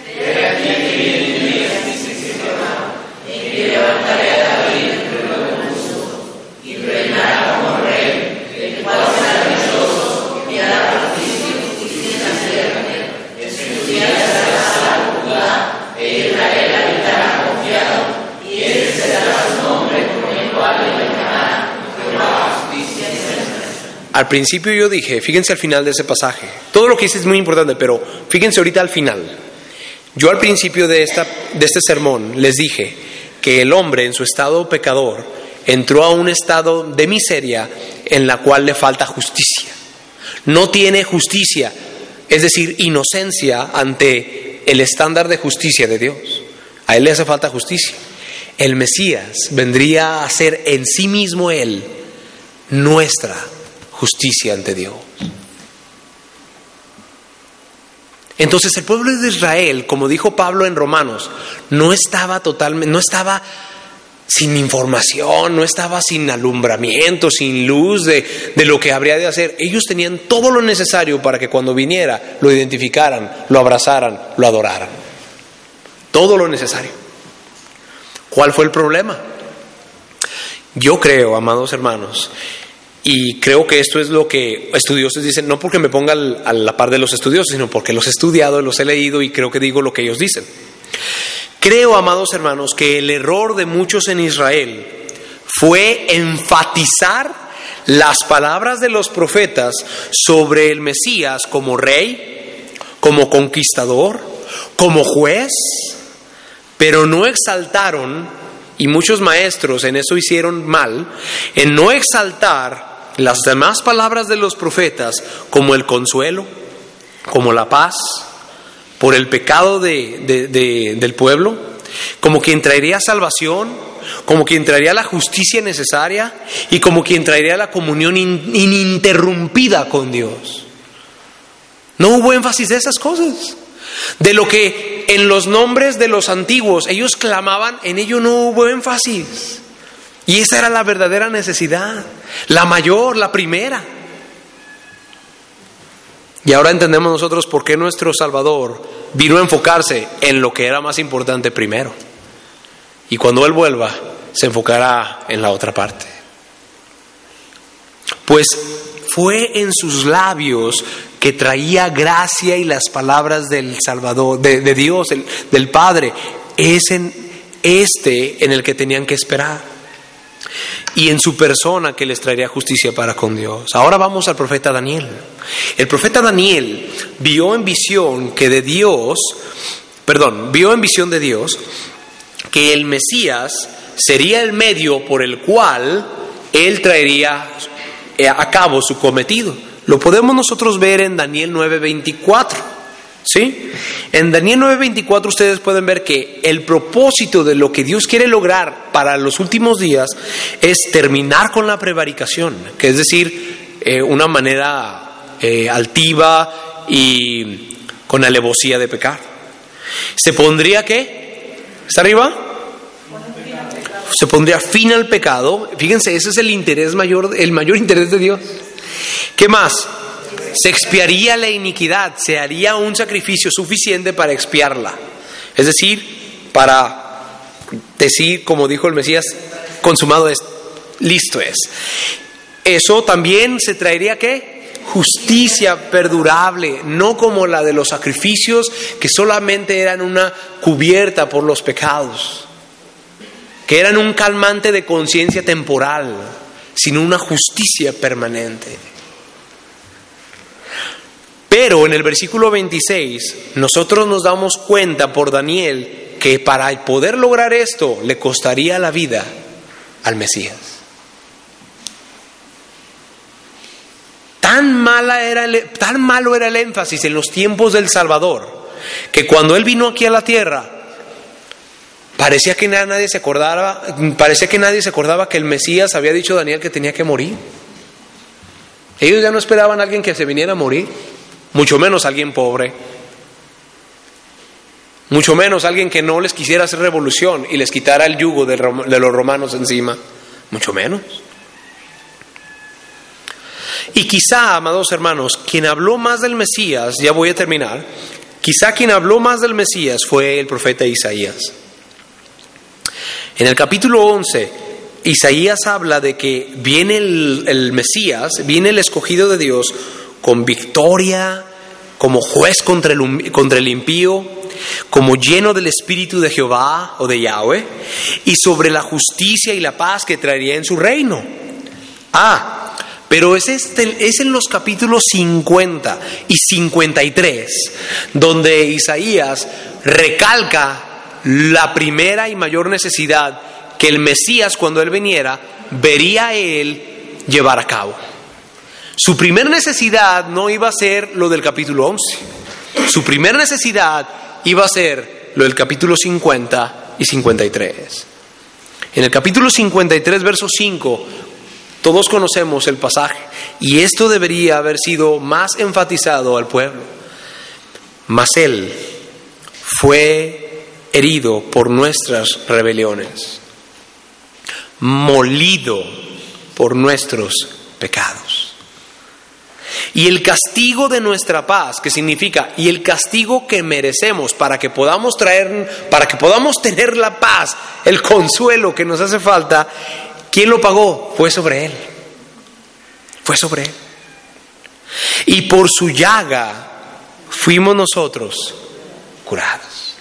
Al principio yo dije, fíjense al final de ese pasaje, todo lo que hice es muy importante, pero fíjense ahorita al final. Yo al principio de este sermón les dije que el hombre en su estado pecador entró a un estado de miseria en la cual le falta justicia. No tiene justicia, es decir, inocencia ante el estándar de justicia de Dios. A él le hace falta justicia. El Mesías vendría a ser en sí mismo Él nuestra justicia ante Dios. Entonces el pueblo de Israel, como dijo Pablo en Romanos, no estaba sin información, no estaba sin alumbramiento, sin luz de lo que habría de hacer. Ellos tenían todo lo necesario para que cuando viniera lo identificaran, lo abrazaran, lo adoraran. Todo lo necesario. ¿Cuál fue el problema? Yo creo, amados hermanos, y creo que esto es lo que estudiosos dicen, no porque me ponga a la par de los estudiosos, sino porque los he estudiado, los he leído y creo que digo lo que ellos dicen. Creo, amados hermanos, que el error de muchos en Israel fue enfatizar las palabras de los profetas sobre el Mesías como rey, como conquistador, como juez, pero no exaltaron, y muchos maestros en eso hicieron mal, en no exaltar las demás palabras de los profetas como el consuelo, como la paz, por el pecado del pueblo, como quien traería salvación, como quien traería la justicia necesaria y como quien traería la comunión ininterrumpida con Dios. No hubo énfasis de esas cosas. De lo que en los nombres de los antiguos ellos clamaban, en ello no hubo énfasis. Y esa era la verdadera necesidad, la mayor, la primera. Y ahora entendemos nosotros por qué nuestro Salvador vino a enfocarse en lo que era más importante primero. Y cuando Él vuelva, se enfocará en la otra parte. Pues fue en sus labios que traía gracia y las palabras del Salvador, de Dios, del Padre. Es en en el que tenían que esperar. Y en su persona que les traería justicia para con Dios. Ahora vamos al profeta Daniel. El profeta Daniel vio en visión de Dios que el Mesías sería el medio por el cual él traería a cabo su cometido. Lo podemos nosotros ver en Daniel 9:24. ¿Sí? En Daniel 9:24 ustedes pueden ver que el propósito de lo que Dios quiere lograr para los últimos días es terminar con la prevaricación, que es decir, una manera altiva y con alevosía de pecar. ¿Se pondría qué? ¿Está arriba? Se pondría fin al pecado. Fíjense, ese es el interés mayor, el mayor interés de Dios. ¿Qué más? Se expiaría la iniquidad, se haría un sacrificio suficiente para expiarla. Es decir, para decir, como dijo el Mesías, consumado es, listo es. Eso también se traería ¿qué? Justicia perdurable, no como la de los sacrificios que solamente eran una cubierta por los pecados, que eran un calmante de conciencia temporal, sino una justicia permanente. Pero en el versículo 26, nosotros nos damos cuenta por Daniel que para poder lograr esto le costaría la vida al Mesías. Tan malo era el énfasis en los tiempos del Salvador, que cuando Él vino aquí a la tierra, parecía que nadie se acordaba que el Mesías había dicho a Daniel que tenía que morir. Ellos ya no esperaban a alguien que se viniera a morir. Mucho menos alguien pobre, mucho menos alguien que no les quisiera hacer revolución y les quitara el yugo de los romanos encima, mucho menos. Y quizá, amados hermanos, quien habló más del Mesías, ya voy a terminar, quizá quien habló más del Mesías fue el profeta Isaías. En el capítulo 11, Isaías habla de que viene el Mesías, viene el escogido de Dios, con victoria, como juez contra el impío, como lleno del Espíritu de Jehová o de Yahweh, y sobre la justicia y la paz que traería en su reino. Pero es en los capítulos 50 y 53 donde Isaías recalca la primera y mayor necesidad que el Mesías, cuando Él viniera, vería a Él llevar a cabo. Su primer necesidad no iba a ser lo del capítulo 11. Su primer necesidad iba a ser lo del capítulo 50 y 53. En el capítulo 53, verso 5, todos conocemos el pasaje, y esto debería haber sido más enfatizado al pueblo. Mas Él fue herido por nuestras rebeliones, molido por nuestros pecados. Y el castigo de nuestra paz, que significa, y el castigo que merecemos para que podamos tener la paz, el consuelo que nos hace falta, ¿quién lo pagó? Fue sobre Él. Fue sobre Él. Y por su llaga fuimos nosotros curados.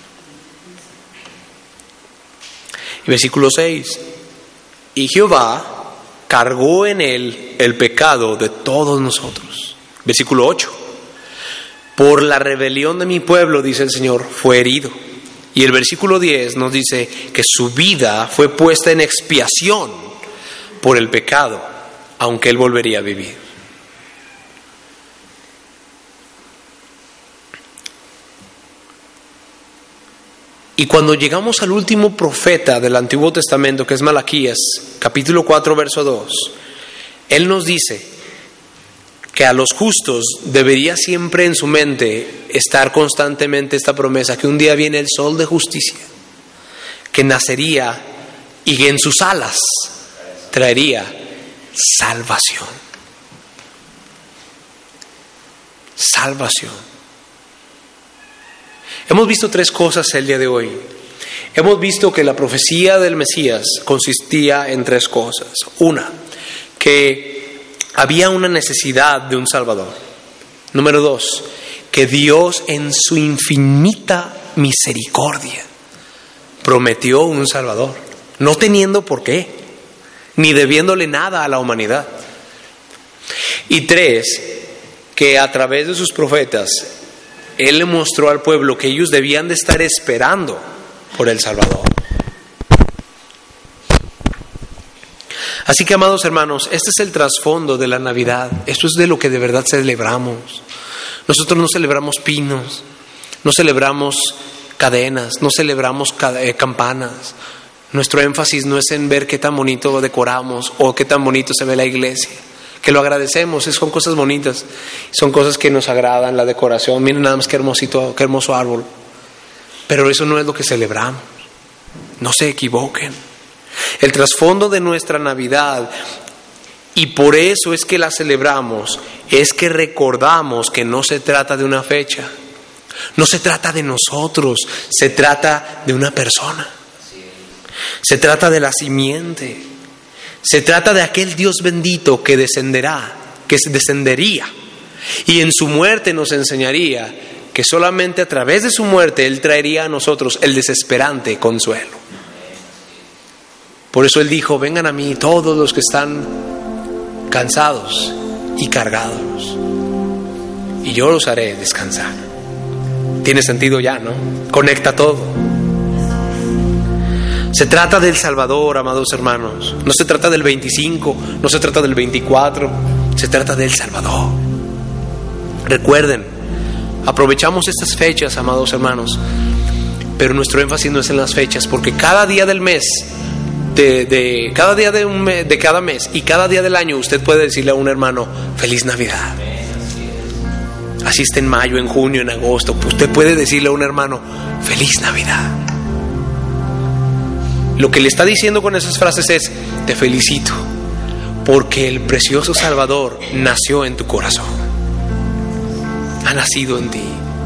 Y versículo 6. Y Jehová cargó en Él el pecado de todos nosotros. Versículo 8. Por la rebelión de mi pueblo, dice el Señor, fue herido. Y el versículo 10 nos dice que su vida fue puesta en expiación por el pecado, aunque Él volvería a vivir. Y cuando llegamos al último profeta del Antiguo Testamento, que es Malaquías, capítulo 4, verso 2, él nos dice que a los justos debería siempre en su mente estar constantemente esta promesa, que un día viene el sol de justicia, que nacería y que en sus alas traería salvación. Salvación. Hemos visto tres cosas el día de hoy. Hemos visto que la profecía del Mesías consistía en tres cosas. Una, que había una necesidad de un Salvador. Número dos, que Dios en su infinita misericordia prometió un Salvador, no teniendo por qué, ni debiéndole nada a la humanidad. Y tres, que a través de sus profetas Él le mostró al pueblo que ellos debían de estar esperando por el Salvador. Así que, amados hermanos, este es el trasfondo de la Navidad. Esto es de lo que de verdad celebramos. Nosotros no celebramos pinos, no celebramos cadenas, no celebramos campanas. Nuestro énfasis no es en ver qué tan bonito decoramos o qué tan bonito se ve la iglesia, que lo agradecemos, son cosas bonitas, son cosas que nos agradan, la decoración. Miren nada más qué hermosito, qué hermoso árbol. Pero eso no es lo que celebramos. No se equivoquen. El trasfondo de nuestra Navidad, y por eso es que la celebramos, es que recordamos que no se trata de una fecha, no se trata de nosotros, se trata de una persona. Se trata de la simiente. Se trata de aquel Dios bendito que descendería, y en su muerte nos enseñaría que solamente a través de su muerte Él traería a nosotros el desesperante consuelo. Por eso Él dijo: vengan a mí todos los que están cansados y cargados, y yo los haré descansar. Tiene sentido ya, ¿no? Conecta todo. Se trata del Salvador, amados hermanos. No se trata del 25, no se trata del 24, se trata del Salvador. Recuerden, aprovechamos estas fechas, amados hermanos, pero nuestro énfasis no es en las fechas, porque cada día del mes, cada día de cada mes y cada día del año, usted puede decirle a un hermano: feliz Navidad. Así está en mayo, en junio, en agosto, pues usted puede decirle a un hermano: feliz Navidad. Lo que le está diciendo con esas frases es: te felicito, porque el precioso Salvador nació en tu corazón, ha nacido en ti.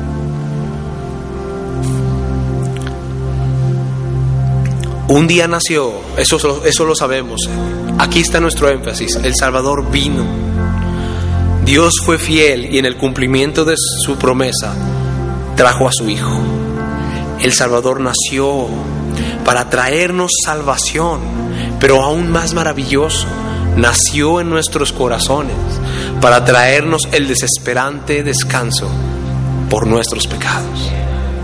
Un día nació, eso lo sabemos. Aquí está nuestro énfasis: el Salvador vino. Dios fue fiel y en el cumplimiento de su promesa trajo a su Hijo. El Salvador nació para traernos salvación, pero aún más maravilloso, nació en nuestros corazones para traernos el desesperante descanso por nuestros pecados.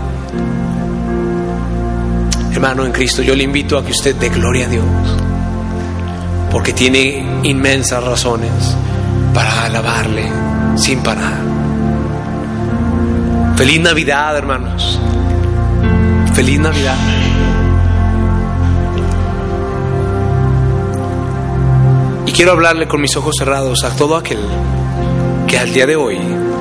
Hermano en Cristo, yo le invito a que usted dé gloria a Dios, porque tiene inmensas razones para alabarle sin parar. Feliz Navidad, hermanos. Feliz Navidad. Y quiero hablarle con mis ojos cerrados a todo aquel que al día de hoy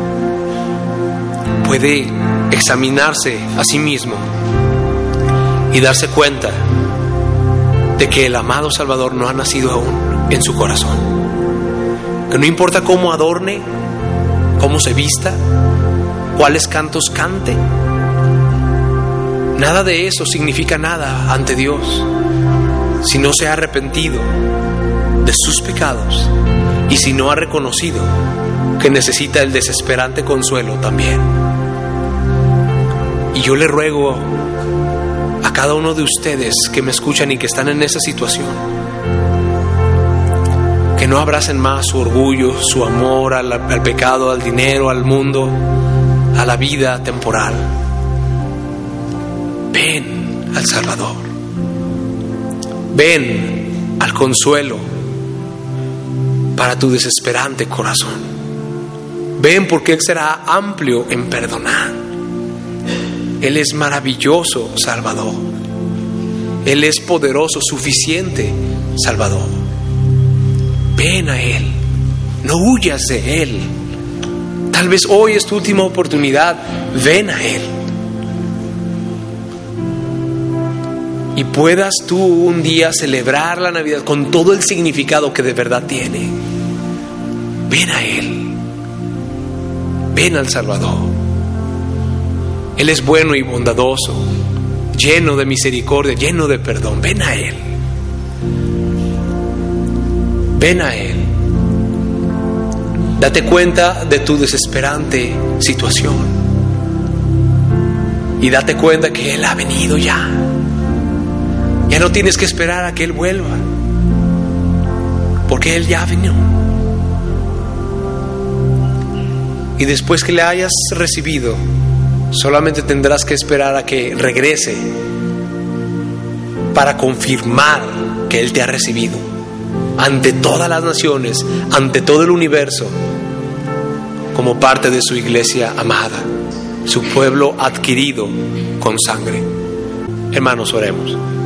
puede examinarse a sí mismo y darse cuenta de que el amado Salvador no ha nacido aún en su corazón. Que no importa cómo adorne, cómo se vista, cuáles cantos cante, nada de eso significa nada ante Dios si no se ha arrepentido de sus pecados y si no ha reconocido que necesita el desesperante consuelo también. Y yo le ruego a cada uno de ustedes que me escuchan y que están en esa situación, que no abracen más su orgullo, su amor al pecado, al dinero, al mundo, a la vida temporal. Ven al Salvador, ven al consuelo para tu desesperante corazón. Ven, porque Él será amplio en perdonar. Él es maravilloso Salvador. Él es poderoso, suficiente Salvador. Ven a Él, no huyas de Él. Tal vez hoy es tu última oportunidad. Ven a Él. Y puedas tú un día celebrar la Navidad con todo el significado que de verdad tiene. Ven a Él. Ven al Salvador. Él es bueno y bondadoso, lleno de misericordia, lleno de perdón. Ven a Él. Ven a Él. Date cuenta de tu desesperante situación y date cuenta que Él ha venido ya. Ya no tienes que esperar a que Él vuelva, porque Él ya vino. Y después que le hayas recibido, solamente tendrás que esperar a que regrese para confirmar que Él te ha recibido ante todas las naciones, ante todo el universo, como parte de su iglesia amada, su pueblo adquirido con sangre. Hermanos, oremos.